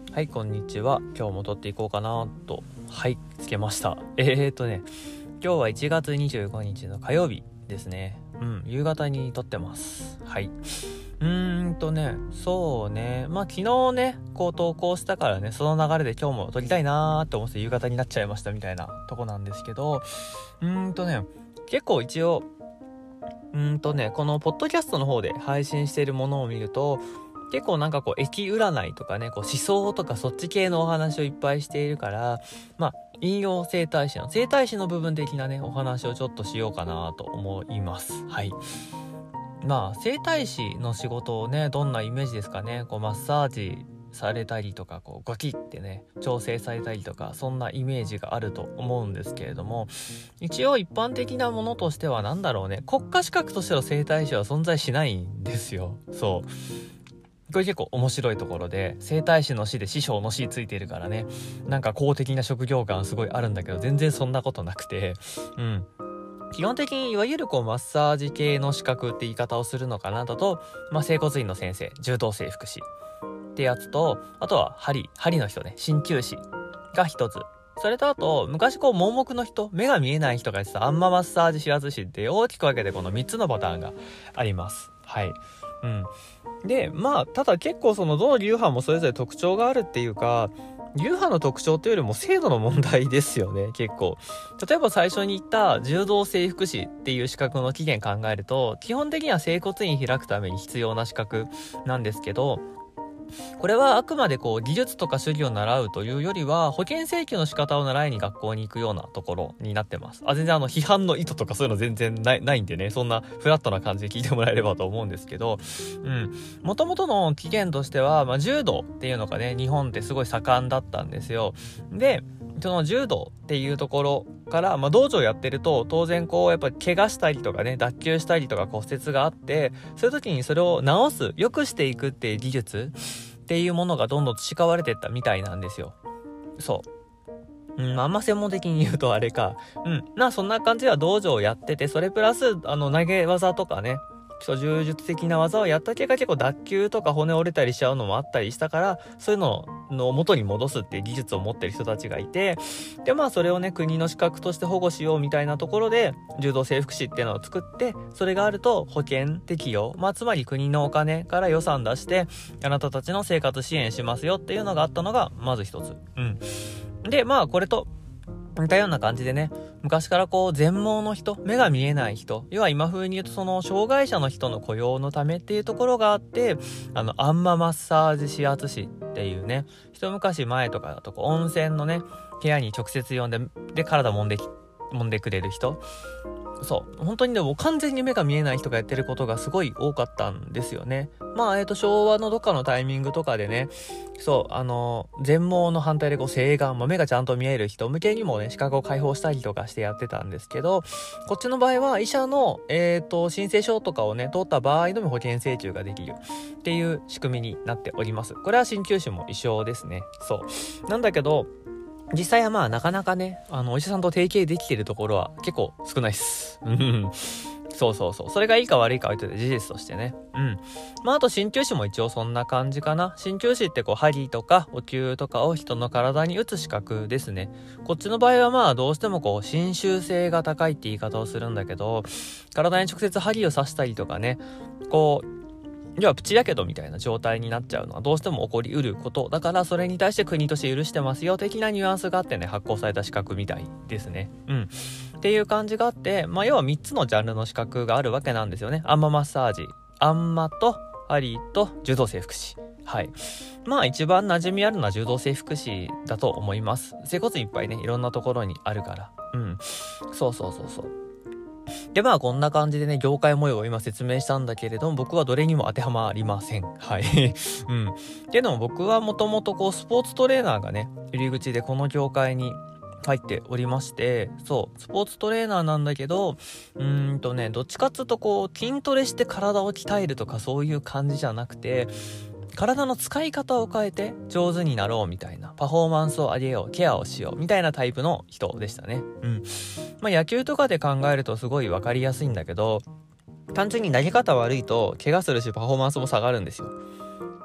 はい、こんにちは。今日も撮っていこうかなと。はい、つけました。今日は1月25日の火曜日ですね。夕方に撮ってます。はい。そうね。昨日ね、投稿したからね、その流れで今日も撮りたいなーって思って夕方になっちゃいましたみたいなとこなんですけど、結構一応、このポッドキャストの方で配信しているものを見ると、結構駅占いとかね、思想とかそっち系のお話をいっぱいしているから、引用生態師の部分的なね、お話をちょっとしようかなと思います。はい。整体師の仕事をね、どんなイメージですかね。マッサージされたりとか、ゴキってね、調整されたりとか、そんなイメージがあると思うんですけれども、一応一般的なものとしては国家資格としての整体師は存在しないんですよ。そう。これ結構面白いところで、整体師の師で師匠の師ついてるからね、公的な職業感すごいあるんだけど、全然そんなことなくて、基本的にいわゆるマッサージ系の資格って言い方をするのかなだと、整骨院の先生、柔道整復師ってやつと、あとは針の人ね、鍼灸師が一つ。それとあと、昔盲目の人、目が見えない人がやってたあんまマッサージ指圧師って大きく分けてこの3つのパターンがあります。はい。で、ただ結構どの流派もそれぞれ特徴があるっていうか、流派の特徴というよりも制度の問題ですよね、結構。例えば最初に言った柔道整復師っていう資格の起源考えると、基本的には整骨院開くために必要な資格なんですけど、これはあくまで技術とか手技を習うというよりは、保険請求の仕方を習いに学校に行くようなところになってます。全然批判の意図とかそういうの全然ないんでね、そんなフラットな感じで聞いてもらえればと思うんですけど、元々の起源としては、柔道っていうのがね、日本ってすごい盛んだったんですよ。で、その柔道っていうところから、道場やってると当然やっぱ怪我したりとかね、脱臼したりとか骨折があって、そういう時にそれを治す、良くしていくっていう技術っていうものがどんどん培われていったみたいなんですよ。そう。あんま専門的に言うとあれか。そんな感じでは道場をやってて、それプラス投げ技とかね、柔術的な技をやった結果結構脱臼とか骨折れたりしちゃうのもあったりしたから、そういうのを元に戻すっていう技術を持ってる人たちがいて、でそれをね、国の資格として保護しようみたいなところで柔道整復師っていうのを作って、それがあると保険適用、つまり国のお金から予算出してあなたたちの生活支援しますよっていうのがあったのがまず一つ。でこれと似たような感じでね、昔から全盲の人、目が見えない人、要は今風に言うと障害者の人の雇用のためっていうところがあって、アンママッサージ指圧師っていうね、一昔前とかだと温泉のね、部屋に直接呼んで体揉んでくれる人、そう本当にでも完全に目が見えない人がやってることがすごい多かったんですよね。昭和のどっかのタイミングとかでね、全盲の反対で青眼、目がちゃんと見える人向けにもね、資格を開放したりとかしてやってたんですけど、こっちの場合は医者の申請書とかをね通った場合のみ保険請求ができるっていう仕組みになっております。これは鍼灸師も一緒ですね。そうなんだけど、実際はなかなかね、お医者さんと提携できているところは結構少ないっす。そう。それがいいか悪いかは言ってて事実としてね。あと鍼灸師も一応そんな感じかな。鍼灸師って針とかお灸とかを人の体に打つ資格ですね。こっちの場合はどうしても侵襲性が高いって言い方をするんだけど、体に直接針を刺したりとかね、要はプチやけどみたいな状態になっちゃうのはどうしても起こりうることだから、それに対して国として許してますよ的なニュアンスがあってね、発行された資格みたいですね。っていう感じがあって、要は3つのジャンルの資格があるわけなんですよね。アンママッサージ、アンマと針と柔道整復師。はい。一番馴染みあるのは柔道整復師だと思います。整骨院いっぱいね、いろんなところにあるから。そう。でこんな感じでね、業界模様を今説明したんだけれども、僕はどれにも当てはまりません。はい。っていうのも僕はもともとスポーツトレーナーがね、入り口でこの業界に入っておりまして、スポーツトレーナーなんだけど、どっちかっつうと筋トレして体を鍛えるとかそういう感じじゃなくて、体の使い方を変えて上手になろうみたいな、パフォーマンスを上げよう、ケアをしようみたいなタイプの人でしたね。野球とかで考えるとすごい分かりやすいんだけど、単純に投げ方悪いと怪我するしパフォーマンスも下がるんですよ。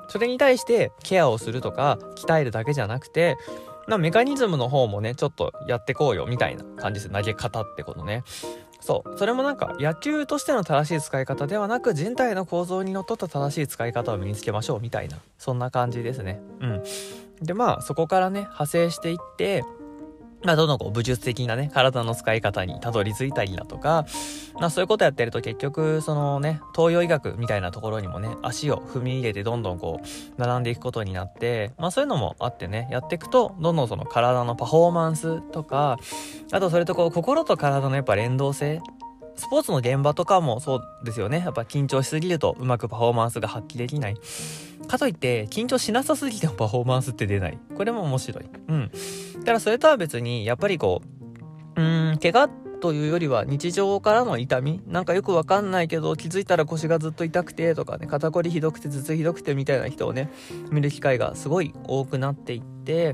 それに対してケアをするとか鍛えるだけじゃなくて、メカニズムの方もねちょっとやってこうよみたいな感じです。投げ方ってことね。それもなんか野球としての正しい使い方ではなく、人体の構造にのっとった正しい使い方を身につけましょうみたいな、そんな感じですね。でそこからね派生していって、どんどん武術的なね体の使い方にたどり着いたりだとか、そういうことやってると結局そのね東洋医学みたいなところにもね足を踏み入れてどんどん並んでいくことになって、そういうのもあってね、やっていくとどんどんその体のパフォーマンスとか、あとそれと心と体のやっぱ連動性、スポーツの現場とかもそうですよね。やっぱ緊張しすぎるとうまくパフォーマンスが発揮できない。かといって緊張しなさすぎてもパフォーマンスって出ない。これも面白い。だからそれとは別にやっぱり怪我というよりは日常からの痛み、なんかよくわかんないけど気づいたら腰がずっと痛くてとかね、肩こりひどくて頭痛ひどくてみたいな人をね見る機会がすごい多くなっていって、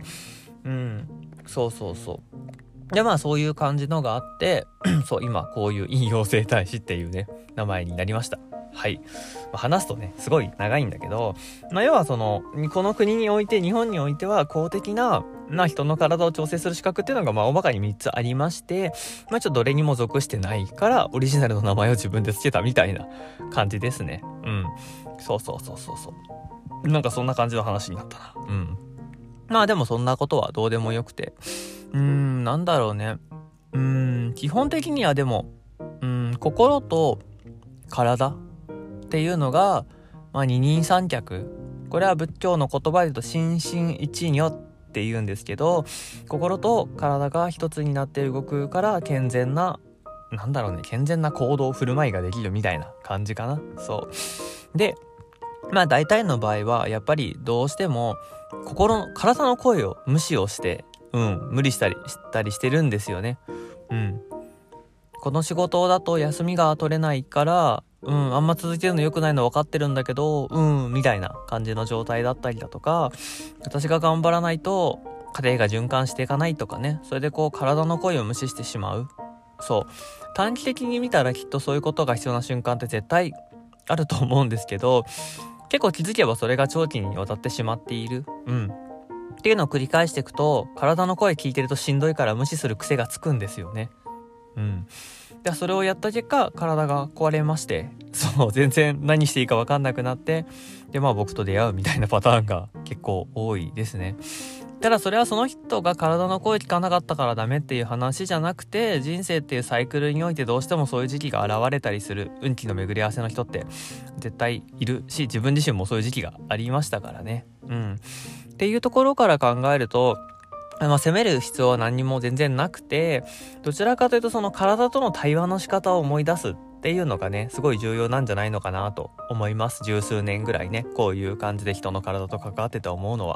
そうでそういう感じのがあって今こういう陰陽生態師っていうね名前になりました。はい、話すとねすごい長いんだけど、要はこの国において、日本においては公的な人の体を調整する資格っていうのが大まかに3つありまして、ちょっとどれにも属してないからオリジナルの名前を自分でつけたみたいな感じですね。なんかそんな感じの話になったな。でもそんなことはどうでもよくて、なんだろうね、基本的にはでも心と体っていうのが、二人三脚、これは仏教の言葉で言うと心身一如って言うんですけど、心と体が一つになって動くから健全な行動振る舞いができるみたいな感じかな。で大体の場合はやっぱりどうしても体の声を無視をして無理したりしてるんですよね。この仕事だと休みが取れないからあんま続いてるの良くないの分かってるんだけどみたいな感じの状態だったりだとか、私が頑張らないと家庭が循環していかないとかね、それで体の声を無視してしまう。短期的に見たらきっとそういうことが必要な瞬間って絶対あると思うんですけど、結構気づけばそれが長期にわたってしまっているっていうのを繰り返していくと、体の声聞いてるとしんどいから無視する癖がつくんですよね。でそれをやった結果体が壊れまして、全然何していいか分かんなくなって、で僕と出会うみたいなパターンが結構多いですね。ただそれはその人が体の声聞かなかったからダメっていう話じゃなくて、人生っていうサイクルにおいてどうしてもそういう時期が現れたりする、運気の巡り合わせの人って絶対いるし、自分自身もそういう時期がありましたからね。っていうところから考えると責める必要は何にも全然なくて、どちらかというとその体との対話の仕方を思い出すっていうのがねすごい重要なんじゃないのかなと思います。十数年ぐらいねこういう感じで人の体と関わってて思うのは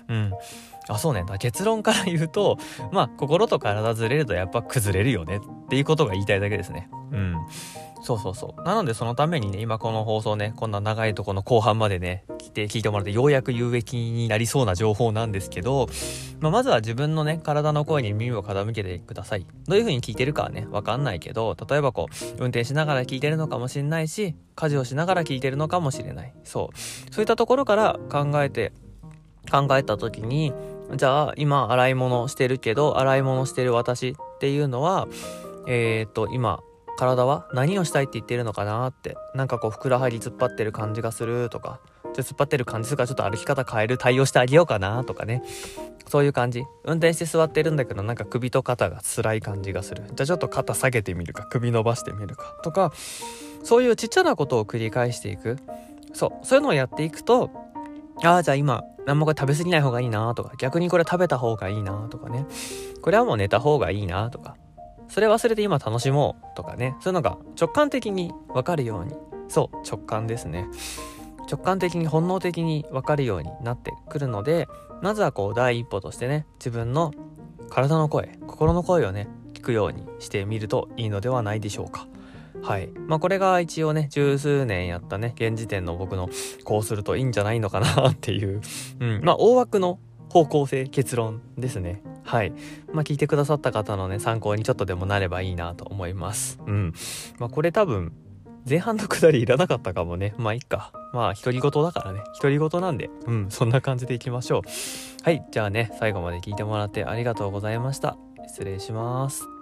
結論から言うと心と体ずれるとやっぱ崩れるよねっていうことが言いたいだけですね。なのでそのためにね今この放送ねこんな長いとこの後半までね聞いてもらってようやく有益になりそうな情報なんですけど、まずは自分のね体の声に耳を傾けてください。どういう風に聞いてるかはねわかんないけど、例えば運転しながら聞いてるのかもしれないし、家事をしながら聞いてるのかもしれない。そういったところから考えた時に、じゃあ今洗い物してるけど、洗い物してる私っていうのは今体は何をしたいって言ってるのかなって、ふくらはぎ突っ張ってる感じがするとか、突っ張ってる感じするからちょっと歩き方変える、対応してあげようかなとかね、そういう感じ。運転して座ってるんだけど首と肩が辛い感じがする、じゃあちょっと肩下げてみるか、首伸ばしてみるかとか、そういうちっちゃなことを繰り返していく。そういうのをやっていくと、じゃあ今何もこれ食べ過ぎない方がいいなとか、逆にこれ食べた方がいいなとかね、これはもう寝た方がいいなとか、それ忘れて今楽しもうとかね、そういうのが直感的に分かるように、直感ですね。直感的に本能的に分かるようになってくるので、まずは第一歩としてね、自分の体の声、心の声をね聞くようにしてみるといいのではないでしょうか。これが一応ね十数年やったね現時点の僕のこうするといいんじゃないのかなっていう大枠の方向性、結論ですね。聞いてくださった方のね参考にちょっとでもなればいいなと思います。これ多分前半のくだりいらなかったかもね。まあいいか。まあ独り言だからね。独り言なんで、そんな感じでいきましょう。はい、じゃあね、最後まで聞いてもらってありがとうございました。失礼します。